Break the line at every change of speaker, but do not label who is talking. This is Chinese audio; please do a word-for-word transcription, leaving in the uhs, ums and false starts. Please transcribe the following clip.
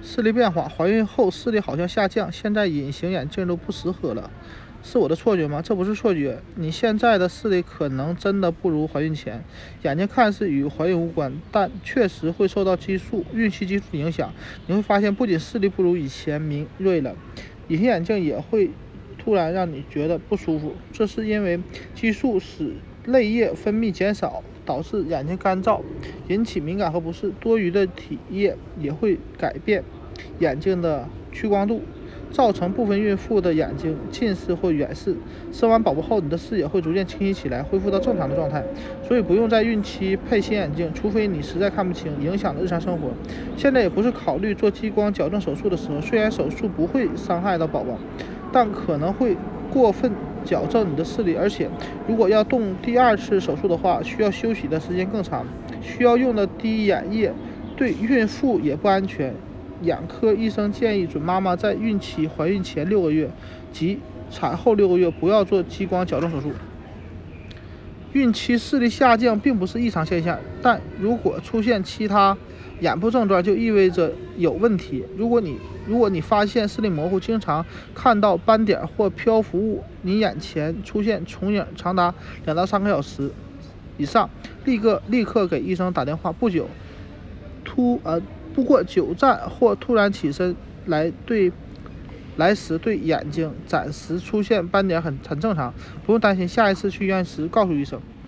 视力变化，怀孕后视力好像下降，现在隐形眼镜都不适合了，是我的错觉吗？这不是错觉，你现在的视力可能真的不如怀孕前。眼睛看似与怀孕无关，但确实会受到激素、孕期激素的影响。你会发现，不仅视力不如以前敏锐了，隐形眼镜也会突然让你觉得不舒服，这是因为激素使泪液分泌减少，导致眼睛干燥，引起敏感和不适。多余的体液也会改变眼睛的屈光度，造成部分孕妇的眼睛近视或远视。生完宝宝后，你的视野会逐渐清晰起来，恢复到正常的状态，所以不用在孕期配新眼镜，除非你实在看不清，影响了日常生活。现在也不是考虑做激光矫正手术的时候，虽然手术不会伤害到宝宝，但可能会过分矫正你的视力，而且如果要动第二次手术的话，需要休息的时间更长，需要用的滴眼液对孕妇也不安全。眼科医生建议准妈妈在孕期怀孕前六个月及产后六个月不要做激光矫正手术。孕期视力下降并不是异常现象，但如果出现其他眼部症状，就意味着有问题。如果你如果你发现视力模糊，经常看到斑点或漂浮物，你眼前出现重影长达两到三个小时以上，立刻立刻给医生打电话。不久突呃不过久站或突然起身来对来时对眼睛暂时出现斑点很很正常，不用担心。下一次去医院时告诉医生。